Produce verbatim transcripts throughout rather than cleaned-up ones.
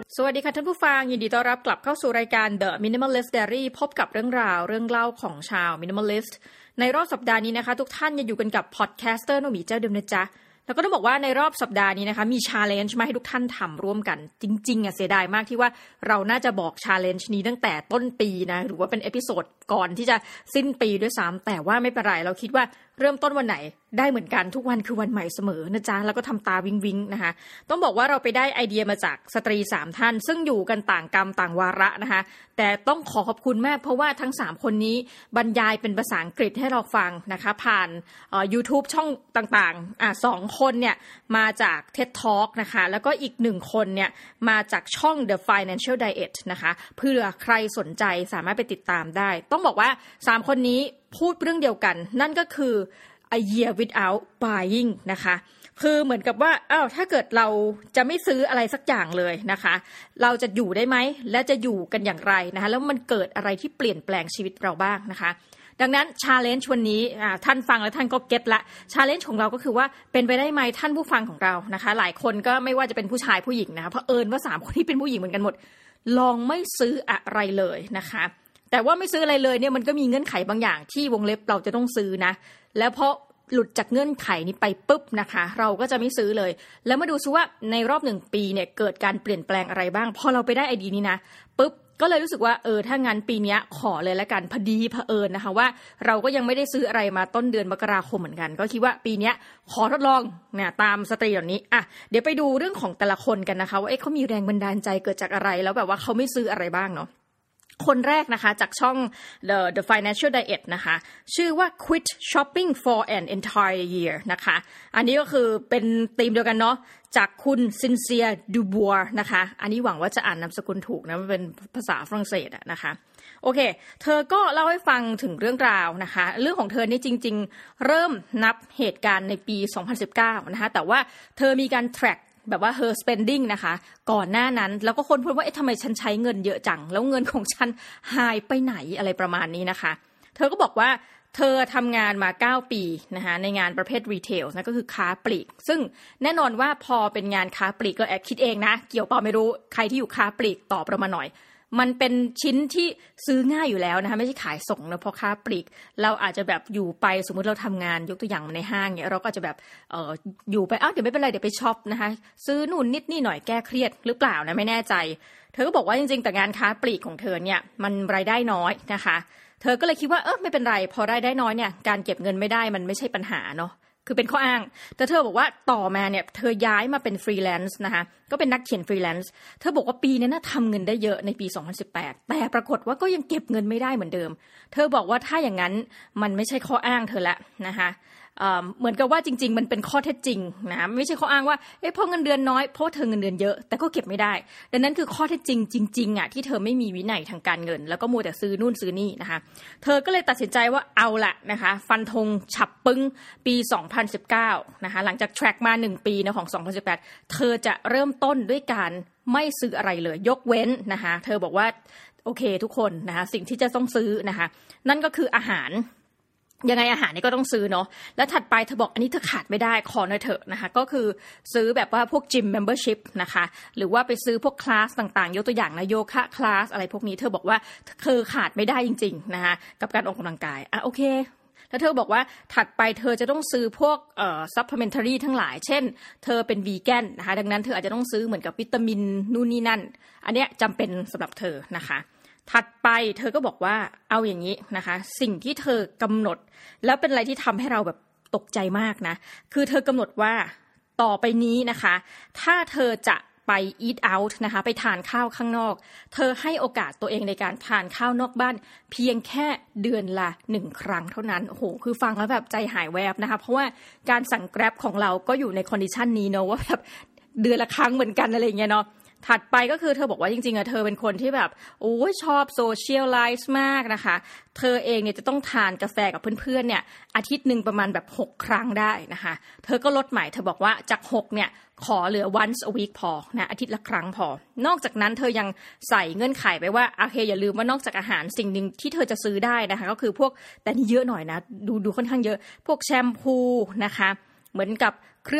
สวัสดีค่ะท่านผู้ฟังยินดีต้อนรับกลับเข้าสู่รายการ The Minimalist Diary พบกับเรื่องราวเรื่องเล่าของชาว Minimalist ในรอบสัปดาห์นี้นะคะทุกท่านยังอยู่กันกับพอดแคสเตอร์โนมีเจ้าเดิมนะจ๊ะแล้วก็ต้องบอกว่าในรอบสัปดาห์นี้นะคะมี challenge มาให้ทุกท่านทำร่วมกันจริงๆอ่ะเสียดายมากที่ว่าเราน่าจะบอก challenge นี้ตั้งแต่ต้นปีนะหรือว่าเป็นเอพิโซดก่อนที่จะสิ้นปีด้วยซ้ำแต่ว่าไม่เป็นไรเราคิดว่าเริ่มต้นวันไหนได้เหมือนกันทุกวันคือวันใหม่เสมอนะจ๊ะแล้วก็ทำตาวิงวิงนะคะต้องบอกว่าเราไปได้ไอเดียมาจากสตรีสามท่านซึ่งอยู่กันต่างกรรมต่างวาระนะคะแต่ต้องขอขอบคุณมากเพราะว่าทั้งสามคนนี้บรรยายเป็นภาษาอังกฤษให้เราฟังนะคะผ่านเอ่อ YouTube ช่องต่างๆอ่ะสองคนเนี่ยมาจาก ที อี ดี Talk นะคะแล้วก็อีกหนึ่งคนเนี่ยมาจากช่อง The Financial Diet นะคะเพื่อใครสนใจสามารถไปติดตามได้ต้องบอกว่าสามคนนี้พูดเรื่องเดียวกันนั่นก็คือ a year without buying นะคะคือเหมือนกับว่าอ้าวถ้าเกิดเราจะไม่ซื้ออะไรสักอย่างเลยนะคะเราจะอยู่ได้ไหมและจะอยู่กันอย่างไรนะคะแล้วมันเกิดอะไรที่เปลี่ยนแปลงชีวิตเราบ้างนะคะดังนั้น challenge วันนี้ท่านฟังแล้วท่านก็เก็ตละ challenge ของเราก็คือว่าเป็นไปได้ไหมท่านผู้ฟังของเรานะคะหลายคนก็ไม่ว่าจะเป็นผู้ชายผู้หญิงนะคะเพราะเอิญว่าสามคนที่เป็นผู้หญิงเหมือนกันหมดลองไม่ซื้ออะไรเลยนะคะแต่ว่าไม่ซื้ออะไรเลยเนี่ยมันก็มีเงื่อนไขบางอย่างที่วงเล็บเราจะต้องซื้อนะแล้วเพราะหลุดจากเงื่อนไขนี้ไปปุ๊บนะคะเราก็จะไม่ซื้อเลยแล้วมาดูซิว่าในรอบหนึ่งปีเนี่ยเกิดการเปลี่ยนแปลงอะไรบ้างพอเราไปได้ไอเดียนี้นะปุ๊บก็เลยรู้สึกว่าเออถ้างั้นปีนี้ขอเลยละกันพอดีเผอิญนะคะว่าเราก็ยังไม่ได้ซื้ออะไรมาต้นเดือนมกราคมเหมือนกันก็คิดว่าปีนี้ขอทดลองเนี่ยตามสตรีแบบนี้อ่ะเดี๋ยวไปดูเรื่องของแต่ละคนกันนะคะว่าเอ๊ะเขามีแรงบันดาลใจเกิดจากอะไรแล้วแบบว่าเขาไม่ซื้ออะไรบ้างเนาะคนแรกนะคะจากช่อง The The Financial Diet นะคะชื่อว่า Quit Shopping for an Entire Year นะคะอันนี้ก็คือเป็นธีมเดียวกันเนาะจากคุณซินเซียดูบัวนะคะอันนี้หวังว่าจะอ่านนามสกุลถูกนะมันเป็นภาษาฝรั่งเศสอะนะคะโอเคเธอก็เล่าให้ฟังถึงเรื่องราวนะคะเรื่องของเธอนี่จริงๆเริ่มนับเหตุการณ์ในปีสองพันสิบเก้านะคะแต่ว่าเธอมีการ trackแบบว่า her spending นะคะก่อนหน้านั้นแล้วก็ค้นพบว่าเอ๊ะทำไมฉันใช้เงินเยอะจังแล้วเงินของฉันหายไปไหนอะไรประมาณนี้นะคะเธอก็บอกว่าเธอทำงานมาเก้าปีนะคะในงานประเภทรีเทลนะก็คือค้าปลีกซึ่งแน่นอนว่าพอเป็นงานค้าปลีกก็แอบคิดเองนะเกี่ยวเปล่าไม่รู้ใครที่อยู่ค้าปลีกตอบเรามาหน่อยมันเป็นชิ้นที่ซื้อง่ายอยู่แล้วนะคะไม่ใช่ขายส่งนะเพราะค้าปลีกเราอาจจะแบบอยู่ไปสมมุติเราทำงานยกตัวอย่างในห้างเนี่ยเราก็จะแบบเอ่ออยู่ไปอ้าวเดี๋ยวไม่เป็นไรเดี๋ยวไปช็อปนะคะซื้อนู่นนิดนี่หน่อยแก้เครียดหรือเปล่านะไม่แน่ใจเธอก็บอกว่าจริงๆแต่งานค้าปลีกของเธอเนี่ยมันรายได้น้อยนะคะเธอก็เลยคิดว่าเออไม่เป็นไรพอรายได้น้อยเนี่ยการเก็บเงินไม่ได้มันไม่ใช่ปัญหาเนาะคือเป็นข้ออ้างแต่เธอบอกว่าต่อมาเนี่ยเธอย้ายมาเป็นฟรีแลนซ์นะคะก็เป็นนักเขียนฟรีแลนซ์เธอบอกว่าปีนั้นน่ะทำเงินได้เยอะในปีสองพันสิบแปดแต่ปรากฏว่าก็ยังเก็บเงินไม่ได้เหมือนเดิมเธอบอกว่าถ้าอย่างนั้นมันไม่ใช่ข้ออ้างเธอละนะคะเอ่อเหมือนกับว่าจริงๆมันเป็นข้อเท็จจริงนะไม่ใช่ข้ออ้างว่าเอ๊ะเพราะเงินเดือนน้อยเพราะเธอเงินเดือนเยอะแต่ก็เก็บไม่ได้ดังนั้นคือข้อเท็จจริงจริงๆอ่ะที่เธอไม่มีวินัยทางการเงินแล้วก็มัวแต่ซื้อนู่นซื้อนี่นะคะเธอก็เลยตัดสินใจว่าเอาละนะคะฟันธงฉับปึ้งปีสองพันสิบเก้านะคะหลังจากแทร็กมาหนึ่งปีนะของสองพันสิบแปดเธอจะเริ่มต้นด้วยการไม่ซื้ออะไรเลยยกเว้นนะคะเธอบอกว่าโอเคทุกคนนะคะสิ่งที่จะต้องซื้อนะคะนั่นก็คืออาหารยังไงอาหารนี่ก็ต้องซื้อเนาะแล้วถัดไปเธอบอกอันนี้เธอขาดไม่ได้ขอหน่อยเถอะนะคะก็คือซื้อแบบว่าพวกจิมเมมเบอร์ชิพนะคะหรือว่าไปซื้อพวกคลาสต่างๆยกตัวอย่างนะโยคะคลาสอะไรพวกนี้เธอบอกว่าเธอขาดไม่ได้จริงๆนะคะกับการออกกำลังกายอ่ะโอเคแล้วเธอบอกว่าถัดไปเธอจะต้องซื้อพวกเอ่อ supplementary ทั้งหลายเช่นเธอเป็นวีแกนนะคะดังนั้นเธออาจจะต้องซื้อเหมือนกับวิตามินนู่นนี่นั่นอันเนี้ยจำเป็นสำหรับเธอนะคะถัดไปเธอก็บอกว่าเอาอย่างนี้นะคะสิ่งที่เธอกำหนดแล้วเป็นอะไรที่ทำให้เราแบบตกใจมากนะคือเธอกำหนดว่าต่อไปนี้นะคะถ้าเธอจะไป eat out นะคะไปทานข้าวข้างนอกเธอให้โอกาสตัวเองในการทานข้าวนอกบ้านเพียงแค่เดือนละหนึ่งครั้งเท่านั้นโอ้โหคือฟังแล้วแบบใจหายแวบนะคะเพราะว่าการสั่ง Grab ของเราก็อยู่ในคอนดิชันนี้เนาะว่าแบบเดือนละครั้งเหมือนกันอะไรอย่างเงี้ยเนาะถัดไปก็คือเธอบอกว่าจริงๆอะเธอเป็นคนที่แบบโอ้ยชอบโซเชียลไลฟ์มากนะคะเธอเองเนี่ยจะต้องทานกาแฟกับเพื่อนๆเนี่ยอาทิตย์นึงประมาณแบบหกครั้งได้นะคะเธอก็ลดใหม่เธอบอกว่าจากหกเนี่ยขอเหลือ once a week พอนะอาทิตย์ละครั้งพอนอกจากนั้นเธอยังใส่เงื่อนไขไปว่าโอเคอย่าลืมว่านอกจากอาหารสิ่งนึงที่เธอจะซื้อได้นะคะก็คือพวกแต่นี่เยอะหน่อยนะดูดูค่อนข้างเยอะพวกแชมพูนะคะเหมือนกับเครื่อง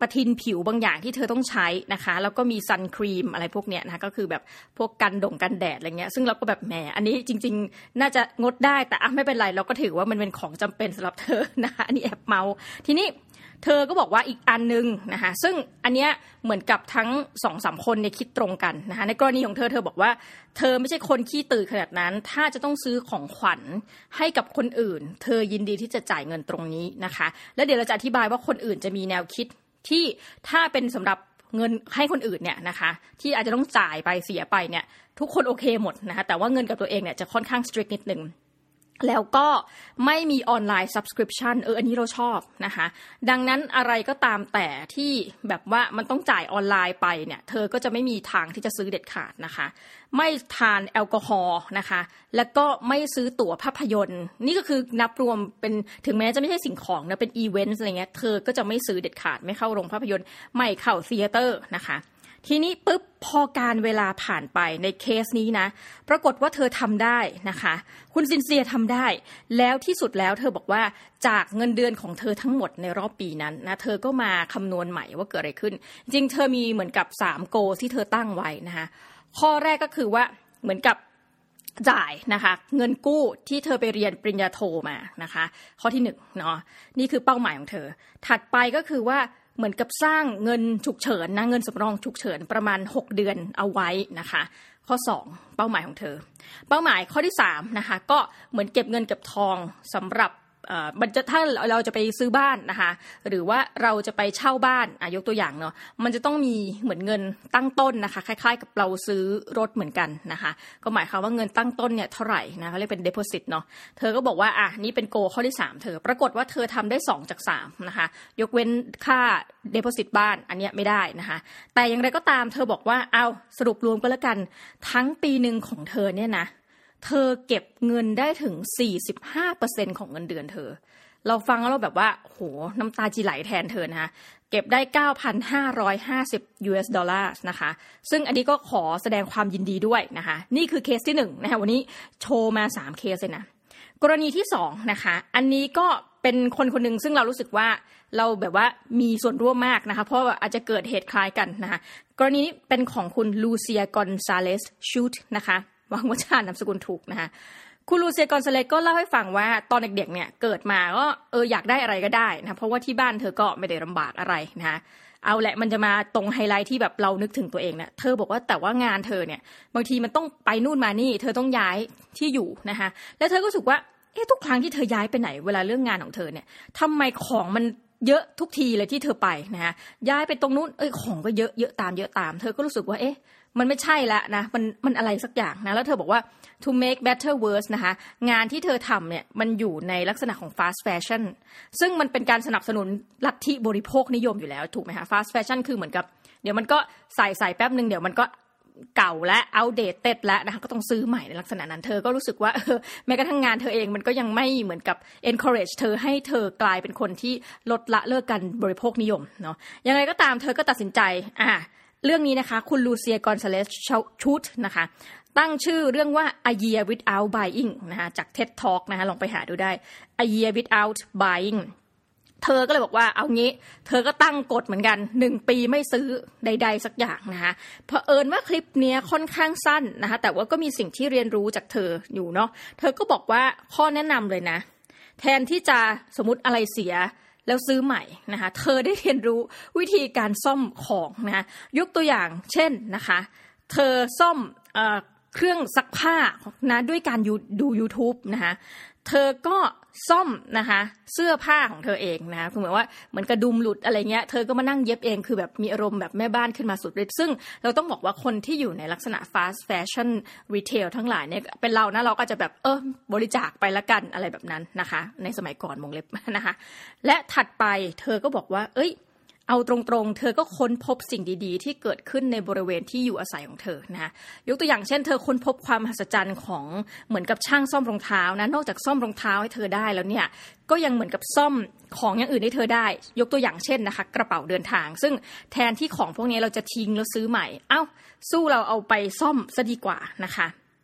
ประทินผิวบางอย่างที่เธอต้องใช้นะคะแล้วก็มีซันครีมอะไรพวกเนี้ยนะคะก็คือแบบพวกกันดงกันแดดอะไรเงี้ยซึ่งเราก็แบบแหมอันนี้จริงๆน่าจะงดได้แต่อ่ะไม่เป็นไรเราก็ถือว่ามันเป็นของจำเป็นสำหรับเธอนะคะอันนี้แอบเมาทีนี้เธอก็บอกว่าอีกอันนึงนะคะซึ่งอันเนี้ยเหมือนกับทั้ง สองสาม คนเนี่ยคิดตรงกันนะคะในกรณีของเธอเธอบอกว่าเธอไม่ใช่คนขี้ตื่นขนาดนั้นถ้าจะต้องซื้อของขวัญให้กับคนอื่นเธอยินดีที่จะจ่ายเงินตรงนี้นะคะแล้วเดี๋ยวเราจะอธิบายว่าคนอื่นจะมีแนวคิดที่ถ้าเป็นสำหรับเงินให้คนอื่นเนี่ยนะคะที่อาจจะต้องจ่ายไปเสียไปเนี่ยทุกคนโอเคหมดนะคะแต่ว่าเงินกับตัวเองเนี่ยจะค่อนข้าง strict นิดนึงแล้วก็ไม่มีออนไลน์ subscription เอออันนี้เราชอบนะคะดังนั้นอะไรก็ตามแต่ที่แบบว่ามันต้องจ่ายออนไลน์ไปเนี่ยเธอก็จะไม่มีทางที่จะซื้อเด็ดขาดนะคะไม่ทานแอลกอฮอล์นะคะแล้วก็ไม่ซื้อตั๋วภาพยนตร์นี่ก็คือนับรวมเป็นถึงแม้จะไม่ใช่สิ่งของนะเป็นอีเวนต์อะไรเงี้ยเธอก็จะไม่ซื้อเด็ดขาดไม่เข้าโรงภาพยนตร์ไม่เข้าธีเตอร์นะคะทีนี้ปุ๊บพอการเวลาผ่านไปในเคสนี้นะปรากฏว่าเธอทำได้นะคะคุณซินเซียทำได้แล้วที่สุดแล้วเธอบอกว่าจากเงินเดือนของเธอทั้งหมดในรอบปีนั้นนะเธอก็มาคำนวณใหม่ว่าเกิดอะไรขึ้นจริงเธอมีเหมือนกับสามโกที่เธอตั้งไว้นะคะข้อแรกก็คือว่าเหมือนกับจ่ายนะคะเงินกู้ที่เธอไปเรียนปริญญาโทมานะคะข้อที่หนึ่งเนาะนี่คือเป้าหมายของเธอถัดไปก็คือว่าเหมือนกับสร้างเงินฉุกเฉินนะเงินสำรองฉุกเฉินประมาณหกเดือนเอาไว้นะคะข้อสองเป้าหมายของเธอเป้าหมายข้อที่สามนะคะก็เหมือนเก็บเงินเก็บทองสำหรับเอ่อมันจะถ้าเราจะไปซื้อบ้านนะคะหรือว่าเราจะไปเช่าบ้านอ่ะยกตัวอย่างเนาะมันจะต้องมีเหมือนเงินตั้งต้นนะคะคล้ายๆกับเราซื้อรถเหมือนกันนะคะก็หมายความว่าเงินตั้งต้นเนี่ยเท่าไหร่นะเขาเรียกเป็น deposit เนาะเธอก็บอกว่าอ่ะนี่เป็นโกข้อที่สามเธอปรากฏว่าเธอทำได้สองจากสามนะคะยกเว้นค่า deposit บ้านอันเนี้ยไม่ได้นะคะแต่อย่างไรก็ตามเธอบอกว่าเอาสรุปรวมก็แล้วกันทั้งปีนึงของเธอเนี่ยนะเธอเก็บเงินได้ถึง สี่สิบห้าเปอร์เซ็นต์ ของเงินเดือนเธอเราฟังแล้วเราแบบว่าโหน้ำตาจีไหลแทนเธอนะคะเก็บได้ เก้าพันห้าร้อยห้าสิบ ยู เอส ดอลลาร์นะคะซึ่งอันนี้ก็ขอแสดงความยินดีด้วยนะคะนี่คือเคสที่หนึ่งนะคะวันนี้โชว์มาสามเคสเลยนะกรณีที่สองนะคะอันนี้ก็เป็นคนคนนึงซึ่งเรารู้สึกว่าเราแบบว่ามีส่วนร่วมมากนะคะเพราะว่าอาจจะเกิดเหตุคล้ายกันนะคะกรณีนี้เป็นของคุณลูเซียกอนซาเลสชูตนะคะหวังว่าจะอ่านนามสกุลถูกนะคะคุณลูเซียกอนซาเลสก็เล่าให้ฟังว่าตอนเด็กๆเนี่ยเกิดมาก็เอออยากได้อะไรก็ได้นะเพราะว่าที่บ้านเธอก็ไม่ได้ลำบากอะไรนะคะเอาแหละมันจะมาตรงไฮไลท์ที่แบบเรานึกถึงตัวเองนะเธอบอกว่าแต่ว่างานเธอเนี่ยบางทีมันต้องไปนู่นมานี่เธอต้องย้ายที่อยู่นะคะแล้วเธอก็รู้สึกว่าเอ๊ะทุกครั้งที่เธอย้ายไปไหนเวลาเรื่องงานของเธอเนี่ยทำไมของมันเยอะทุกทีเลยที่เธอไปนะคะย้ายไปตรงนู้นเอ้ยของก็เยอะเยอะตามเยอะตามเธอก็รู้สึกว่าเอ๊ะมันไม่ใช่ละนะมันมันอะไรสักอย่างนะแล้วเธอบอกว่า to make better worse นะคะงานที่เธอทำเนี่ยมันอยู่ในลักษณะของ fast fashion ซึ่งมันเป็นการสนับสนุนลัทธิบริโภคนิยมอยู่แล้วถูกไหมคะ fast fashion คือเหมือนกับเดี๋ยวมันก็ใส่ใส่แป๊บนึงเดี๋ยวมันก็เก่าและ outdated แล้วนะคะก็ต้องซื้อใหม่ในลักษณะนั้นเธอก็รู้สึกว่าเออแม้กระทั่งงานเธอเองมันก็ยังไม่เหมือนกับ encourage เธอให้เธอกลายเป็นคนที่ลดละเลิกการบริโภคนิยมเนาะยังไงก็ตามเธอก็ตัดสินใจอ่ะเรื่องนี้นะคะคุณลูเซียกอนซาเลสชูตนะคะตั้งชื่อเรื่องว่า A Year Without Buying นะคะจาก เท็ด Talk นะคะลองไปหาดูได้ A Year Without Buying เธอก็เลยบอกว่าเอางี้เธอก็ตั้งกฎเหมือนกันหนึ่งปีไม่ซื้อใดๆสักอย่างนะคะเผอิญว่าคลิปนี้ค่อนข้างสั้นนะคะแต่ว่าก็มีสิ่งที่เรียนรู้จากเธออยู่เนาะเธอก็บอกว่าข้อแนะนำเลยนะแทนที่จะสมมติอะไรเสียแล้วซื้อใหม่นะคะเธอได้เรียนรู้วิธีการซ่อมของนะคะยกตัวอย่างเช่นนะคะเธอซ่อมเอ่อเครื่องซักผ้านะด้วยการดู YouTube นะคะเธอก็ซ่อมนะคะเสื้อผ้าของเธอเองนะคะคือเหมือนว่าเหมือนกระดุมหลุดอะไรเงี้ยเธอก็มานั่งเย็บเองคือแบบมีอารมณ์แบบแม่บ้านขึ้นมาสุดฤทธิ์ซึ่งเราต้องบอกว่าคนที่อยู่ในลักษณะ fast fashion retail ทั้งหลายเนี่ยเป็นเรานะเราก็จะแบบเออบริจาคไปละกันอะไรแบบนั้นนะคะในสมัยก่อนวงเล็บนะคะและถัดไปเธอก็บอกว่าเอ้ยเอาตรงๆเธอก็ค้นพบสิ่งดีๆที่เกิดขึ้นในบริเวณที่อยู่อาศัยของเธอนะคะยกตัวอย่างเช่นเธอค้นพบความมหัศจรรย์ของเหมือนกับช่างซ่อมรองเท้านะนอกจากซ่อมรองเท้าให้เธอได้แล้วเนี่ยก็ยังเหมือนกับซ่อมของอย่างอื่นให้เธอได้ยกตัวอย่างเช่นนะคะกระเป๋าเดินทางซึ่งแทนที่ของพวกนี้เราจะทิ้งแล้วซื้อใหม่เอ้าสู้เราเอาไปซ่อมซะดีกว่านะคะ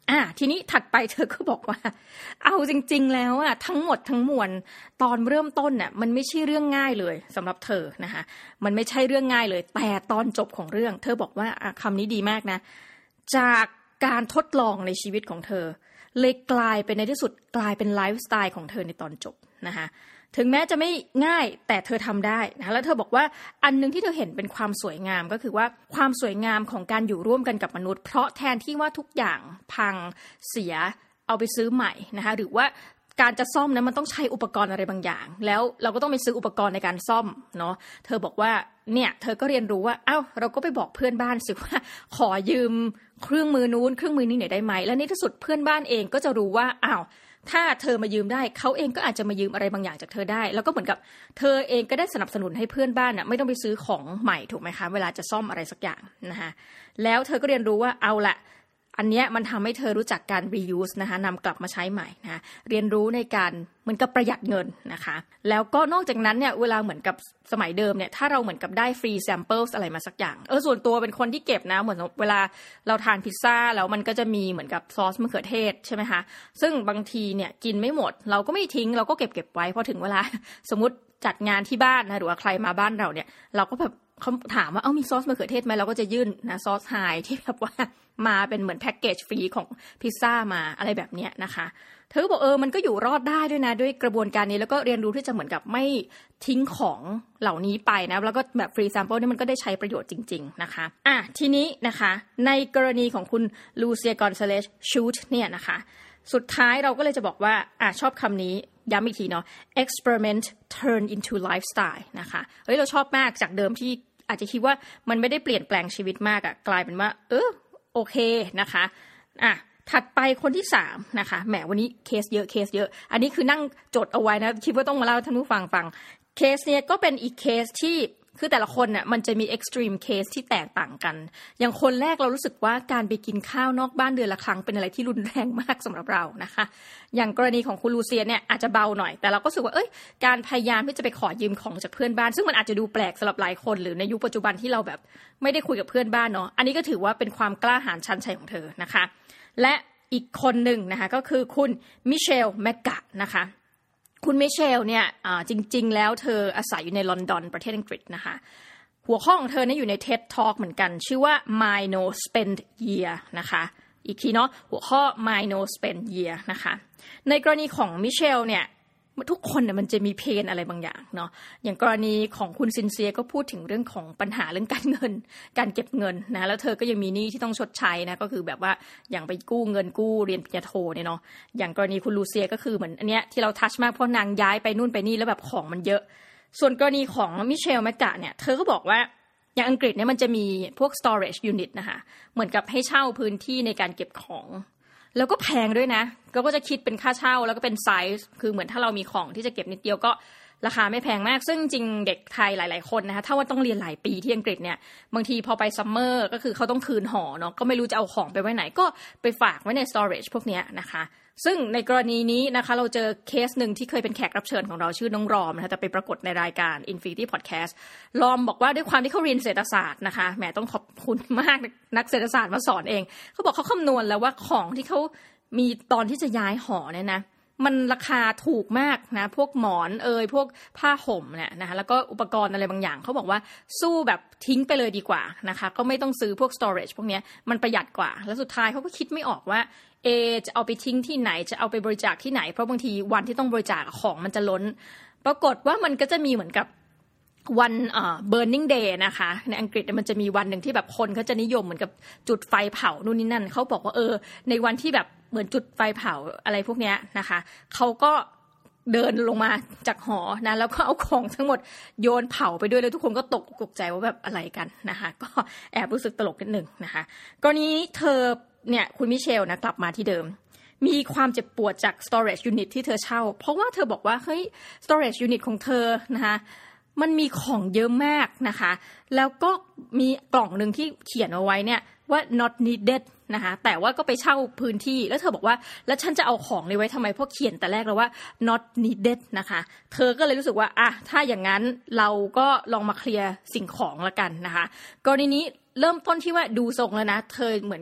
อ่ะทีนี้ถัดไปเธอก็บอกว่าเอาจริงๆแล้วอ่ะทั้งหมดทั้งมวลตอนเริ่มต้นน่ะมันไม่ใช่เรื่องง่ายเลยสำหรับเธอนะคะมันไม่ใช่เรื่องง่ายเลยแต่ตอนจบของเรื่องเธอบอกว่าคำนี้ดีมากนะจากการทดลองในชีวิตของเธอเลยกลายเป็นในที่สุดกลายเป็นไลฟ์สไตล์ของเธอในตอนจบนะคะถึงแม้จะไม่ง่ายแต่เธอทำได้นะแล้วเธอบอกว่าอันนึงที่เธอเห็นเป็นความสวยงามก็คือว่าความสวยงามของการอยู่ร่วมกันกับมนุษย์เพราะแทนที่ว่าทุกอย่างพังเสียเอาไปซื้อใหม่นะคะหรือว่าการจะซ่อมนะมันต้องใช้อุปกรณ์อะไรบางอย่างแล้วเราก็ต้องไปซื้ออุปกรณ์ในการซ่อมเนาะเธอบอกว่าเนี่ยเธอก็เรียนรู้ว่าเอ้าเราก็ไปบอกเพื่อนบ้านสิว่าขอยืมเครื่องมือนู้นเครื่องมือนี้หน่อยได้ไหมและในที่สุดเพื่อนบ้านเองก็จะรู้ว่าอ้าวถ้าเธอมายืมได้เขาเองก็อาจจะมายืมอะไรบางอย่างจากเธอได้แล้วก็เหมือนกับเธอเองก็ได้สนับสนุนให้เพื่อนบ้านน่ะไม่ต้องไปซื้อของใหม่ถูกไหมคะเวลาจะซ่อมอะไรสักอย่างนะคะแล้วเธอก็เรียนรู้ว่าเอาละอันเนี้ยมันทำให้เธอรู้จักการ reuse นะคะนำกลับมาใช้ใหม่นะเรียนรู้ในการเหมือนกับประหยัดเงินนะคะแล้วก็นอกจากนั้นเนี่ยเวลาเหมือนกับสมัยเดิมเนี่ยถ้าเราเหมือนกับได้ free samples อะไรมาสักอย่างเออส่วนตัวเป็นคนที่เก็บนะเหมือนเวลาเราทานพิซซ่าแล้วมันก็จะมีเหมือนกับซอสมะเขือเทศใช่ไหมคะซึ่งบางทีเนี่ยกินไม่หมดเราก็ไม่ทิ้งเราก็เก็บเก็บไว้พอถึงเวลาสมมติจัดงานที่บ้านนะหรือว่าใครมาบ้านเราเนี่ยเราก็แบบเขาถามว่าเอ้ามีซอสมะเขือเทศไหมเราก็จะยื่นนะซอสไฮที่แบบว่ามาเป็นเหมือนแพ็คเกจฟรีของพิซซ่ามาอะไรแบบนี้นะคะเธอก็บอกเออมันก็อยู่รอดได้ด้วยนะด้วยกระบวนการนี้แล้วก็เรียนรู้ที่จะเหมือนกับไม่ทิ้งของเหล่านี้ไปนะแล้วก็แบบฟรีแซมเปิลนี่มันก็ได้ใช้ประโยชน์จริงๆนะคะอ่ะทีนี้นะคะในกรณีของคุณลูเซียกอนซาเลสชูตเนี่ยนะคะสุดท้ายเราก็เลยจะบอกว่าอ่ะชอบคำนี้ย้ำอีกทีเนาะ experiment turn into lifestyle นะคะเฮ้ยเราชอบมากจากเดิมที่อาจจะคิดว่ามันไม่ได้เปลี่ยนแปลงชีวิตมากอะกลายเป็นว่าเออโอเคนะคะอ่ะถัดไปคนที่สามนะคะแหมวันนี้เคสเยอะเคสเยอะอันนี้คือนั่งจดเอาไว้นะคิดว่าต้องมาเล่าให้ท่านผู้ฟังฟังเคสเนี้ยก็เป็นอีกเคสที่คือแต่ละคนน่ะมันจะมี extreme case ที่แตกต่างกันอย่างคนแรกเรารู้สึกว่าการไปกินข้าวนอกบ้านเดือนละครั้งเป็นอะไรที่รุนแรงมากสำหรับเรานะคะอย่างกรณีของคุณลูเซียเนี่ยอาจจะเบาหน่อยแต่เราก็รู้สึกว่าเอ้ยการพยายามที่จะไปขอยืมของจากเพื่อนบ้านซึ่งมันอาจจะดูแปลกสำหรับหลายคนหรือในยุคปัจจุบันที่เราแบบไม่ได้คุยกับเพื่อนบ้านเนาะอันนี้ก็ถือว่าเป็นความกล้าหาญชันชัยของเธอนะคะและอีกคนหนึ่งนะคะก็คือคุณมิเชลแมกกะนะคะคุณมิเชลเนี่ยจริงๆแล้วเธออาศัยอยู่ในลอนดอนประเทศอังกฤษนะคะหัวข้อของเธอเนี่ยอยู่ใน ที อี ดี Talk เหมือนกันชื่อว่า My No Spend Year นะคะอีกทีเนาะหัวข้อ My No Spend Year นะคะในกรณีของมิเชลเนี่ยทุกคนเนี่ยมันจะมีเพนอะไรบางอย่างเนาะอย่างกรณีของคุณซินเซียก็พูดถึงเรื่องของปัญหาเรื่องการเงินการเก็บเงินนะแล้วเธอก็ยังมีหนี้ที่ต้องชดใช้นะก็คือแบบว่าอย่างไปกู้เงินกู้เรียนปริญญาโทเนี่ยเนาะอย่างกรณีคุณลูเซียก็คือเหมือนอันเนี้ยที่เราทัชมากเพราะนางย้ายไปนู่นไปนี่แล้วแบบของมันเยอะส่วนกรณีของมิเชลแมกกะเนี่ยเธอก็บอกว่าอย่างอังกฤษเนี่ยมันจะมีพวก storage unit นะคะเหมือนกับให้เช่าพื้นที่ในการเก็บของแล้วก็แพงด้วยนะก็จะคิดเป็นค่าเช่าแล้วก็เป็นไซส์คือเหมือนถ้าเรามีของที่จะเก็บนิดเดียวก็ราคาไม่แพงมากซึ่งจริงเด็กไทยหลายๆคนนะคะถ้าว่าต้องเรียนหลายปีที่อังกฤษเนี่ยบางทีพอไปซัมเมอร์ก็คือเขาต้องคืนหอเนาะก็ไม่รู้จะเอาของไปไว้ไหนก็ไปฝากไว้ใน storage พวกเนี้ยนะคะซึ่งในกรณีนี้นะคะเราเจอเคสหนึ่งที่เคยเป็นแขกรับเชิญของเราชื่อน้องรอมนะคะแต่ไปปรากฏในรายการ Infinity Podcast รอมบอกว่าด้วยความที่เขาเรียนเศรษฐศาสตร์นะคะแหมต้องขอบคุณมากนักเศรษฐศาสตร์มาสอนเองเขาบอกเขาคำนวณแล้วว่าของที่เขามีตอนที่จะย้ายหอเนี่ยนะมันราคาถูกมากนะพวกหมอนเอยพวกผ้าห่มเนี่ยนะคะแล้วก็อุปกรณ์อะไรบางอย่างเขาบอกว่าสู้แบบทิ้งไปเลยดีกว่านะคะก็ไม่ต้องซื้อพวก storage พวกนี้มันประหยัดกว่าแล้วสุดท้ายเขาก็คิดไม่ออกว่าเอจะเอาไปทิ้งที่ไหนจะเอาไปบริจาคที่ไหนเพราะบางทีวันที่ต้องบริจาคของมันจะล้นปรากฏว่ามันก็จะมีเหมือนกับวันเอ่อ burning day นะคะในอังกฤษมันจะมีวันหนึ่งที่แบบคนเขาจะนิยมเหมือนกับจุดไฟเผานู่นนี่นั่นเขาบอกว่าเออในวันที่แบบเหมือนจุดไฟเผาอะไรพวกนี้นะคะเขาก็เดินลงมาจากหอนะแล้วก็เอาของทั้งหมดโยนเผาไปด้วยแล้วทุกคนก็ตกตกใจว่าแบบอะไรกันนะคะก็แอบรู้สึกตลกนิดนึงนะคะกรณีเธอเนี่ยคุณมิเชลนะกลับมาที่เดิมมีความเจ็บปวดจาก storage unit ที่เธอเช่าเพราะว่าเธอบอกว่าเฮ้ย storage unit ของเธอนะคะมันมีของเยอะมากนะคะแล้วก็มีกล่องนึงที่เขียนเอาไว้เนี่ยว่า not needed นะคะแต่ว่าก็ไปเช่าพื้นที่แล้วเธอบอกว่าแล้วฉันจะเอาของนี้ไว้ทำไมเพราะเขียนแต่แรกแล้วว่า not needed นะคะเธอก็เลยรู้สึกว่าอ่ะถ้าอย่างนั้นเราก็ลองมาเคลียร์สิ่งของละกันนะคะกรณีนี้เริ่มต้นที่ว่าดูทรงแล้วนะเธอเหมือนกับ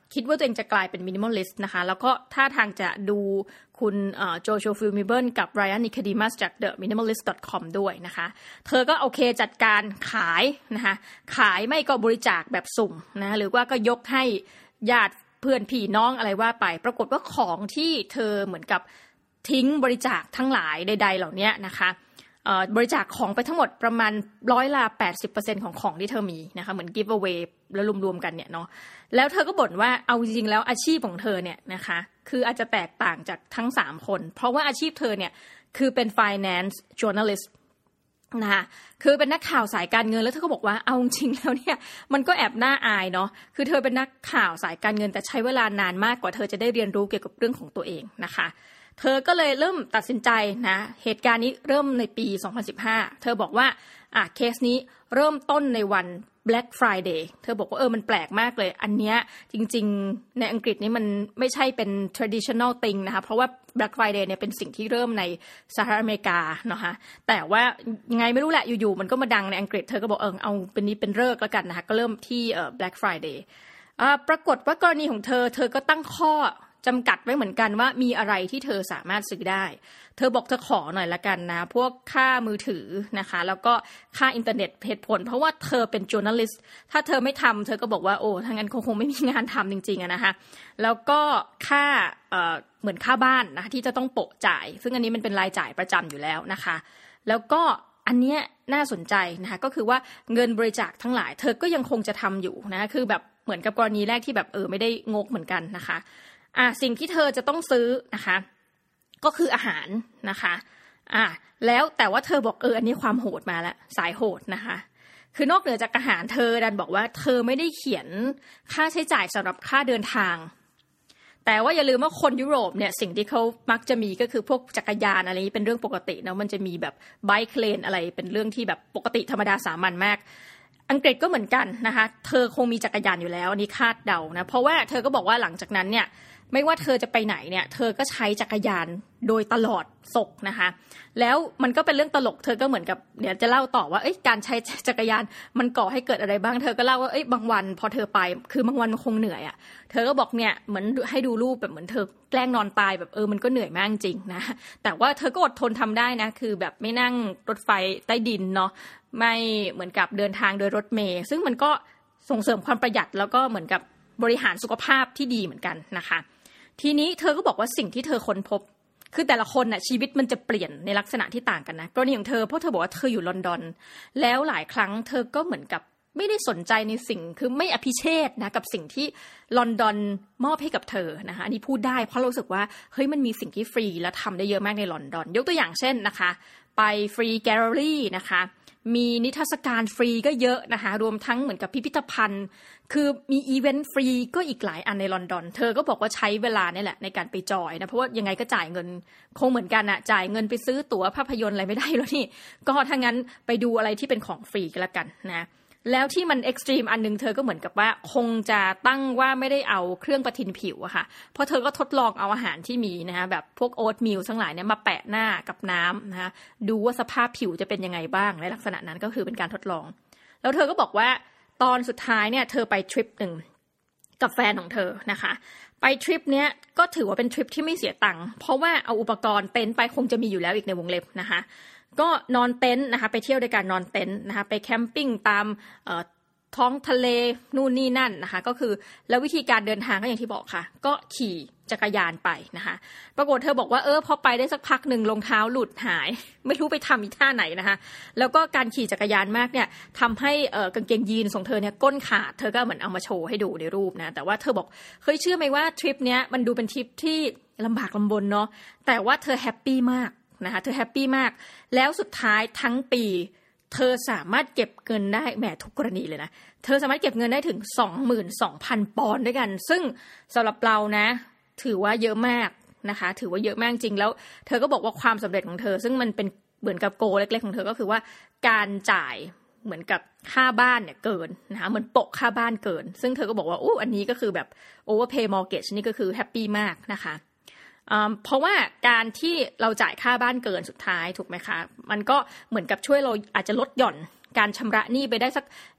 คิดว่าตัวเองจะกลายเป็นมินิมอลลิสต์นะคะแล้วก็ท่าทางจะดูคุณโจโชฟิลมิเบิลกับไรอันนิคาดิมัสจาก เดอะ มินิมอลลิสต์ ดอท คอม ด้วยนะคะเธอก็โอเคจัดการขายนะคะขายไม่ก็บริจาคแบบสุ่มนะหรือว่าก็ยกให้ญาติเพื่อนพี่น้องอะไรว่าไปปรากฏว่าของที่เธอเหมือนกับทิ้งบริจาคทั้งหลายใดๆเหล่านี้นะคะบริจาคของไปทั้งหมดประมาณร้อยละ แปดสิบเปอร์เซ็นต์ ของของที่เธอมีนะคะเหมือน give away แล้วรวมๆกันเนี่ยเนาะแล้วเธอก็บ่นว่าเอาจริงๆแล้วอาชีพของเธอเนี่ยนะคะคืออาจจะแตกต่างจากทั้งสามคนเพราะว่าอาชีพเธอเนี่ยคือเป็น finance journalist นะคะคือเป็นนักข่าวสายการเงินแล้วเธอก็บอกว่าเอาจริงแล้วเนี่ยมันก็แอบน่าอายเนาะคือเธอเป็นนักข่าวสายการเงินแต่ใช้เวลานานมากกว่าเธอจะได้เรียนรู้เกี่ยวกับเรื่องของตัวเองนะคะเธอก็เลยเริ่มตัดสินใจนะเหตุการณ์นี้เริ่มในปีสองพันสิบห้าเธอบอกว่าอ่ะเคสนี้เริ่มต้นในวัน Black Friday เธอบอกว่าเออมันแปลกมากเลยอันเนี้ยจริงๆในอังกฤษนี่มันไม่ใช่เป็น traditional thing นะคะเพราะว่า Black Friday เนี่ยเป็นสิ่งที่เริ่มในสหรัฐอเมริกานะคะแต่ว่ายังไงไม่รู้แหละอยู่ๆมันก็มาดังในอังกฤษเธอก็บอกเออเอาเป็นนี้เป็นฤกษ์แล้วกันนะคะก็เริ่มที่เอ่อ Black Friday อ่าปรากฏว่ากรณีของเธอเธอก็ตั้งข้อจำกัดไว้เหมือนกันว่ามีอะไรที่เธอสามารถซื้อได้เธอบอกเธอขอหน่อยละกันนะพวกค่ามือถือนะคะแล้วก็ค่าอินเทอร์เน็ตเหตุผลเพราะว่าเธอเป็น journalist ถ้าเธอไม่ทำเธอก็บอกว่าโอ้ถ้างั้นคงคงไม่มีงานทำจริงๆอะนะคะแล้วก็ค่าเอ่อเหมือนค่าบ้านนะคะที่จะต้องโปะจ่ายซึ่งอันนี้มันเป็นรายจ่ายประจำอยู่แล้วนะคะแล้วก็อันเนี้ยน่าสนใจนะคะก็คือว่าเงินบริจาคทั้งหลายเธอก็ยังคงจะทำอยู่นะคือแบบเหมือนกับกรณีแรกที่แบบเออไม่ได้งกเหมือนกันนะคะอ่ะสิ่งที่เธอจะต้องซื้อนะคะก็คืออาหารนะคะอ่ะแล้วแต่ว่าเธอบอกเอออันนี้ความโหดมาแล้วสายโหดนะคะคือนอกเหนือจากอาหารเธอดันบอกว่าเธอไม่ได้เขียนค่าใช้จ่ายสำหรับค่าเดินทางแต่ว่าอย่าลืมว่าคนยุโรปเนี่ยสิ่งที่เขามักจะมีก็คือพวกจักรยานอะไรนี้เป็นเรื่องปกตินะมันจะมีแบบไบค์เลนอะไรเป็นเรื่องที่แบบปกติธรรมดาสามัญมากอังกฤษก็เหมือนกันนะคะเธอคงมีจักรยานอยู่แล้วอันนี้คาดเดานะเพราะว่าเธอก็บอกว่าหลังจากนั้นเนี่ยไม่ว่าเธอจะไปไหนเนี่ยเธอก็ใช้จักรยานโดยตลอดศกนะคะแล้วมันก็เป็นเรื่องตลกเธอก็เหมือนกับเดี๋ยวจะเล่าต่อว่าเอ้ยการใช้จักรยานมันก่อให้เกิดอะไรบ้างเธอก็เล่าว่าเอ้ยบางวันพอเธอไปคือบางวันมันคงเหนื่อยอ่ะเธอก็บอกเนี่ยเหมือนให้ดูรูปแบบเหมือนเธอแกล้งนอนตายแบบเออมันก็เหนื่อยมากจริงนะแต่ว่าเธอก็อดทนทำได้นะคือแบบไม่นั่งรถไฟใต้ดินเนาะไม่เหมือนกับเดินทางโดยรถเมล์ซึ่งมันก็ส่งเสริมความประหยัดแล้วก็เหมือนกับบริหารสุขภาพที่ดีเหมือนกันนะคะทีนี้เธอก็บอกว่าสิ่งที่เธอค้นพบคือแต่ละคนน่ะชีวิตมันจะเปลี่ยนในลักษณะที่ต่างกันนะกรณีของเธอเพราะเธอบอกว่าเธออยู่ลอนดอนแล้วหลายครั้งเธอก็เหมือนกับไม่ได้สนใจในสิ่งคือไม่อภิเชษนะกับสิ่งที่ลอนดอนมอบให้กับเธอนะคะอันนี้พูดได้เพราะรู้สึกว่าเฮ้ยมันมีสิ่งที่ฟรีและทำได้เยอะมากในลอนดอนยกตัวอย่างเช่นนะคะไปฟรีแกลเลอรี่นะคะมีนิทรรศการฟรีก็เยอะนะคะรวมทั้งเหมือนกับพิพิธภัณฑ์คือมีอีเวนต์ฟรีก็อีกหลายอันในลอนดอนเธอก็บอกว่าใช้เวลานี่แหละในการไปจอยนะเพราะว่ายังไงก็จ่ายเงินคงเหมือนกันอะจ่ายเงินไปซื้อตั๋วภาพยนตร์อะไรไม่ได้แล้วนี่ก็ถ้างั้นไปดูอะไรที่เป็นของฟรีก็แล้วกันนะแล้วที่มันเอ็กซ์ตรีมอันนึงเธอก็เหมือนกับว่าคงจะตั้งว่าไม่ได้เอาเครื่องประทินผิวอะค่ะเพราะเธอก็ทดลองเอาอาหารที่มีนะคะแบบพวกโอ๊ตมิลทั้งหลายเนี่ยมาแปะหน้ากับน้ำนะคะดูว่าสภาพผิวจะเป็นยังไงบ้างในลักษณะนั้นก็คือเป็นการทดลองแล้วเธอก็บอกว่าตอนสุดท้ายเนี่ยเธอไปทริปหนึ่งกับแฟนของเธอนะคะไปทริปเนี้ยก็ถือว่าเป็นทริปที่ไม่เสียตังค์เพราะว่าเอาอุปกรณ์เต็นท์ไปคงจะมีอยู่แล้วอีกในวงเล็บนะคะก็นอนเต็นท์นะคะไปเที่ยวด้วยการนอนเต็นท์นะคะไปแคมปิ้งตามเอ่อท้องทะเลนู่นนี่นั่นนะคะก็คือแล้ววิธีการเดินทางก็อย่างที่บอกค่ะก็ขี่จักรยานไปนะคะปรากฏเธอบอกว่าเออพอไปได้สักพักหนึ่งรองเท้าหลุดหายไม่รู้ไปทำอีท่าไหนนะคะแล้วก็การขี่จักรยานมากเนี่ยทำให้เอ่อกางเกงยีนของเธอเนี่ยก้นขาดเธอก็เหมือนเอามาโชว์ให้ดูในรูปนะแต่ว่าเธอบอกเคยเชื่อไหมว่าทริปเนี้ยมันดูเป็นทริปที่ลำบากลำบนเนาะแต่ว่าเธอแฮปปี้มากนะคะเธอแฮปปี้มากแล้วสุดท้ายทั้งปีเธอสามารถเก็บเงินได้แหมทุกกรณีเลยนะเธอสามารถเก็บเงินได้ถึง สองหมื่นสองพัน ปอนด์ด้วยกันซึ่งสำหรับเรานะถือว่าเยอะมากนะคะถือว่าเยอะมากจริงแล้วเธอก็บอกว่าความสำเร็จของเธอซึ่งมันเป็นเหมือนกับโกเล็กๆของเธอก็คือว่าการจ่ายเหมือนกับค่าบ้านเนี่ยเกินนะคะเหมือนโปะค่าบ้านเกินซึ่งเธอก็บอกว่าอู้อันนี้ก็คือแบบ overpay mortgage นี่ก็คือแฮปปี้มากนะคะเพราะว่าการที่เราจ่ายค่าบ้านเกินสุดท้ายถูกไหมคะมันก็เหมือนกับช่วยเราอาจจะลดหย่อนการชำระหนี้ไปได้สัก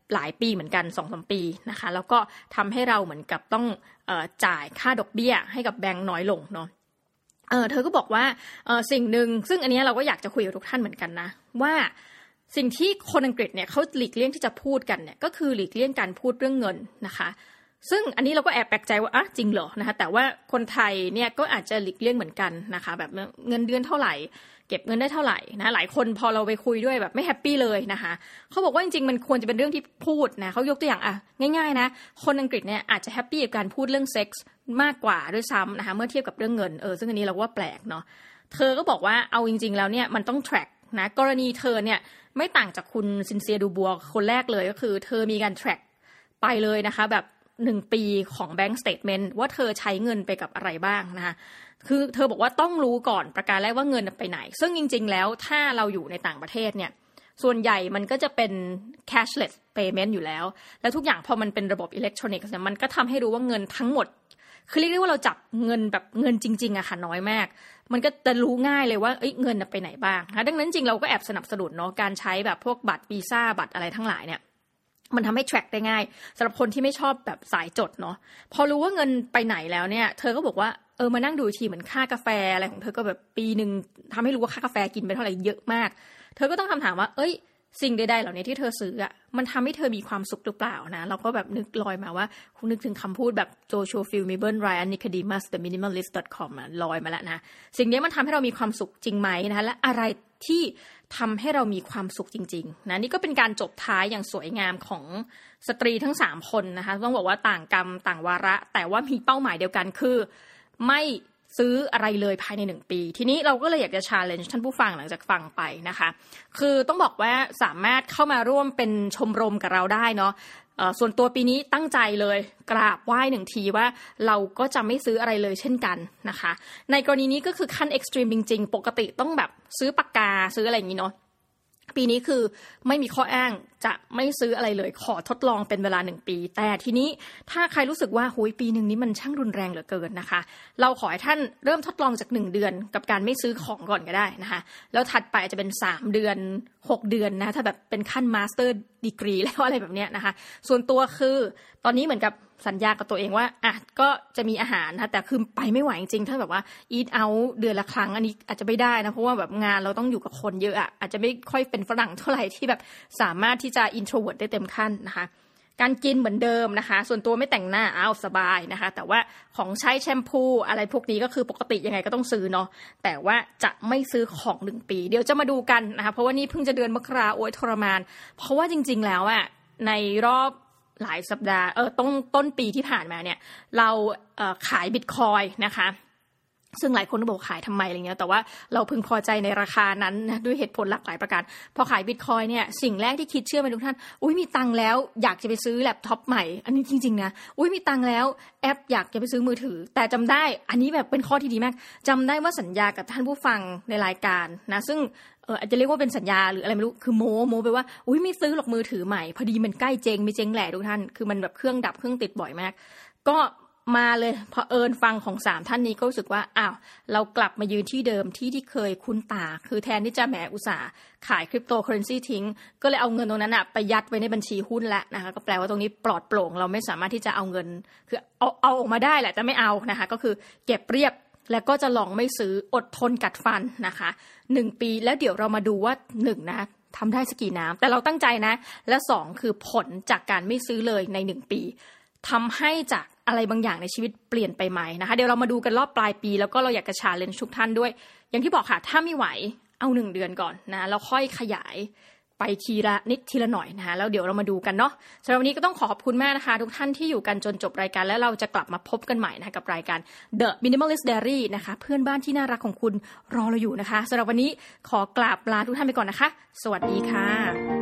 หลายปีเหมือนกัน สองถึงสาม ปีนะคะแล้วก็ทำให้เราเหมือนกับต้องเอ่อจ่ายค่าดอกเบี้ยให้กับแบงก์น้อยลงเนาะเออเธอก็บอกว่าเออสิ่งนึงซึ่งอันนี้เราก็อยากจะคุยกับทุกท่านเหมือนกันนะว่าสิ่งที่คนอังกฤษเนี่ยเขาหลีกเลี่ยงที่จะพูดกันเนี่ยก็คือหลีกเลี่ยงการพูดเรื่องเงินนะคะซึ่งอันนี้เราก็แอบแปลกใจว่าอ่ะจริงเหรอนะคะแต่ว่าคนไทยเนี่ยก็อาจจะหลีกเลี่ยงเหมือนกันนะคะแบบเงินเดือนเท่าไหร่เก็บเงินได้เท่าไหร่นะหลายคนพอเราไปคุยด้วยแบบไม่แฮปปี้เลยนะคะเขาบอกว่าจริงๆมันควรจะเป็นเรื่องที่พูดนะเขายกตัวอย่างอ่ะง่ายๆนะคนอังกฤษเนี่ยอาจจะแฮปปี้กับการพูดเรื่องเซ็กส์มากกว่าด้วยซ้ำนะคะเมื่อเทียบกับเรื่องเงินเออซึ่งอันนี้เราว่าแปลกเนาะเธอก็บอกว่าเอาจริงๆแล้วเนี่ยมันต้อง track นะกรณีเธอเนี่ยไม่ต่างจากคุณซินเซียดูบัวคนแรกเลยก็คือเธอมีการ track ไปเลยนะคะแบบหนึ่งปีของ Bank Statement ว่าเธอใช้เงินไปกับอะไรบ้างนะคะคือเธอบอกว่าต้องรู้ก่อนประการแรกว่าเงินไปไหนซึ่งจริงๆแล้วถ้าเราอยู่ในต่างประเทศเนี่ยส่วนใหญ่มันก็จะเป็น cashless payment อยู่แล้วแล้วทุกอย่างพอมันเป็นระบบอิเล็กทรอนิกส์เนี่ยมันก็ทำให้รู้ว่าเงินทั้งหมดคือเรียกได้ว่าเราจับเงินแบบเงินจริงๆอะค่ะน้อยมากมันก็จะรู้ง่ายเลยว่าเอ้ยเงินไปไหนบ้างนะดังนั้นจริงเราก็แอบสนับสนุนเนาะการใช้แบบพวกบัตรวีซ่าบัตรอะไรทั้งหลายเนี่ยมันทำให้ track ได้ง่ายสำหรับคนที่ไม่ชอบแบบสายจดเนาะพอรู้ว่าเงินไปไหนแล้วเนี่ยเธอก็บอกว่าเออมานั่งดูทีเหมือนค่ากาแฟอะไรของเธอก็แบบปีนึงทำให้รู้ว่าค่ากาแฟกินไปเท่าไหร่เยอะมากเธอก็ต้องคำถามว่าเอ้ยสิ่งใดๆเหล่านี้ที่เธอซื้ออ่ะมันทำให้เธอมีความสุขหรือเปล่านะเราก็แบบนึกลอยมาว่าคุณนึกถึงคำพูดแบบโจชัวฟิลมิเบิลไรอันนิคาดิมัส เดอะ มินิมอลิสต์ ดอท คอม อ่ะลอยมาแล้วนะสิ่งนี้มันทำให้เรามีความสุขจริงไหมนะคะและอะไรที่ทำให้เรามีความสุขจริงๆนะนี่ก็เป็นการจบท้ายอย่างสวยงามของสตรีทั้งสามคนนะคะต้องบอกว่าต่างกรรมต่างวาระแต่ว่ามีเป้าหมายเดียวกันคือไม่ซื้ออะไรเลยภายในหนึ่งปีทีนี้เราก็เลยอยากจะ challenge ท่านผู้ฟังหลังจากฟังไปนะคะคือต้องบอกว่าสามารถเข้ามาร่วมเป็นชมรมกับเราได้เนาะส่วนตัวปีนี้ตั้งใจเลยกราบไหว้หนึ่งทีว่าเราก็จะไม่ซื้ออะไรเลยเช่นกันนะคะในกรณีนี้ก็คือขั้น extreme จริงๆปกติต้องแบบซื้อปากกาซื้ออะไรอย่างนี้เนาะปีนี้คือไม่มีข้ออ้างจะไม่ซื้ออะไรเลยขอทดลองเป็นเวลาหนึ่งปีแต่ทีนี้ถ้าใครรู้สึกว่าโหยปีนึงนี้มันช่างรุนแรงเหลือเกินนะคะเราขอให้ท่านเริ่มทดลองจากหนึ่งเดือนกับการไม่ซื้อของก่อนก็ได้นะคะแล้วถัดไปอาจจะเป็นสามเดือนหกเดือนนะถ้าแบบเป็นขั้นมาสเตอร์ดีกรีแล้วอะไรแบบเนี้ยนะคะส่วนตัวคือตอนนี้เหมือนกับสัญญากับตัวเองว่าอ่ะก็จะมีอาหารนะแต่คือไปไม่ไหวจริงๆถ้าแบบว่า eat out เดือนละครั้งอันนี้อาจจะไม่ได้นะเพราะว่าแบบงานเราต้องอยู่กับคนเยอะอ่ะอาจจะไม่ค่อยเป็นฝรั่งเท่าไหร่ที่แบบสามารถที่จะ introvert ได้เต็มขั้นนะคะการกินเหมือนเดิมนะคะส่วนตัวไม่แต่งหน้าอ้าวสบายนะคะแต่ว่าของใช้แชมพูอะไรพวกนี้ก็คือปกติยังไงก็ต้องซื้อเนาะแต่ว่าจะไม่ซื้อของหนึ่งปีเดี๋ยวจะมาดูกันนะคะเพราะว่านี่เพิ่งจะเดือนมกราโอ๊ยทรมานเพราะว่าจริงๆแล้วอ่ะในรอบหลายสัปดาห์เออต้นต้นปีที่ผ่านมาเนี่ยเราเอ่อขายบิตคอยน์นะคะซึ่งหลายคนก็บอกขายทำไมอะไรเงี้ยแต่ว่าเราพึงพอใจในราคานั้นนะด้วยเหตุผลหลากหลายประการพอขายบิตคอยน์เนี่ยสิ่งแรกที่คิดเชื่อไหมทุกท่านอุ้ยมีตังค์แล้วอยากจะไปซื้อแล็ปท็อปใหม่อันนี้จริงๆนะอุ้ยมีตังค์แล้วแอปอยากจะไปซื้อมือถือแต่จำได้อันนี้แบบเป็นข้อที่ดีมากจำได้ว่าสัญญากับท่านผู้ฟังในรายการนะซึ่งเอออาจจะเรียกว่าเป็นสัญญาหรืออะไรไม่รู้คือโมโมไปว่าอุ้ยไม่ซื้อหรอกมือถือใหม่พอดีมันใกล้เจ๊งไม่เจ๊งแหละทุกท่านคือมันแบบเครื่องดับเครื่องติดบ่อยมากก็มาเลยพอเอิญฟังของสามท่านนี้ก็รู้สึกว่าอ้าวเรากลับมายืนที่เดิมที่ที่เคยคุ้นตาคือแทนที่จะแหมอุตส่าห์ขายคริปโตเคอเรนซีทิ้งก็เลยเอาเงินตรงนั้นอะไปยัดไว้ในบัญชีหุ้นแล้วนะคะก็แปลว่าตรงนี้ปลอดโปร่งเราไม่สามารถที่จะเอาเงินคือเอาเอาออกมาได้แหละแต่ไม่เอานะคะก็คือเก็บเรียบแล้วก็จะลองไม่ซื้ออดทนกัดฟันนะคะหนึ่งปีแล้วเดี๋ยวเรามาดูว่าหนึ่งนะทำได้สักกี่น้ำแต่เราตั้งใจนะและสองคือผลจากการไม่ซื้อเลยในหนึ่งปีทำให้จากอะไรบางอย่างในชีวิตเปลี่ยนไปไหมนะคะเดี๋ยวเรามาดูกันรอบปลายปีแล้วก็เราอยากจะชาเลนจ์ทุกท่านด้วยอย่างที่บอกค่ะถ้าไม่ไหวเอาหนึ่งเดือนก่อนนะแล้วค่อยขยายไปทีละนิดทีละหน่อยนะคะแล้วเดี๋ยวเรามาดูกันเนาะสำหรับวันนี้ก็ต้องขอบคุณมากนะคะทุกท่านที่อยู่กันจนจบรายการแล้วเราจะกลับมาพบกันใหม่นะคะกับรายการ The Minimalist Diary นะคะเพื่อนบ้านที่น่ารักของคุณรอเราอยู่นะคะสำหรับวันนี้ขอกราบลาทุกท่านไปก่อนนะคะสวัสดีค่ะ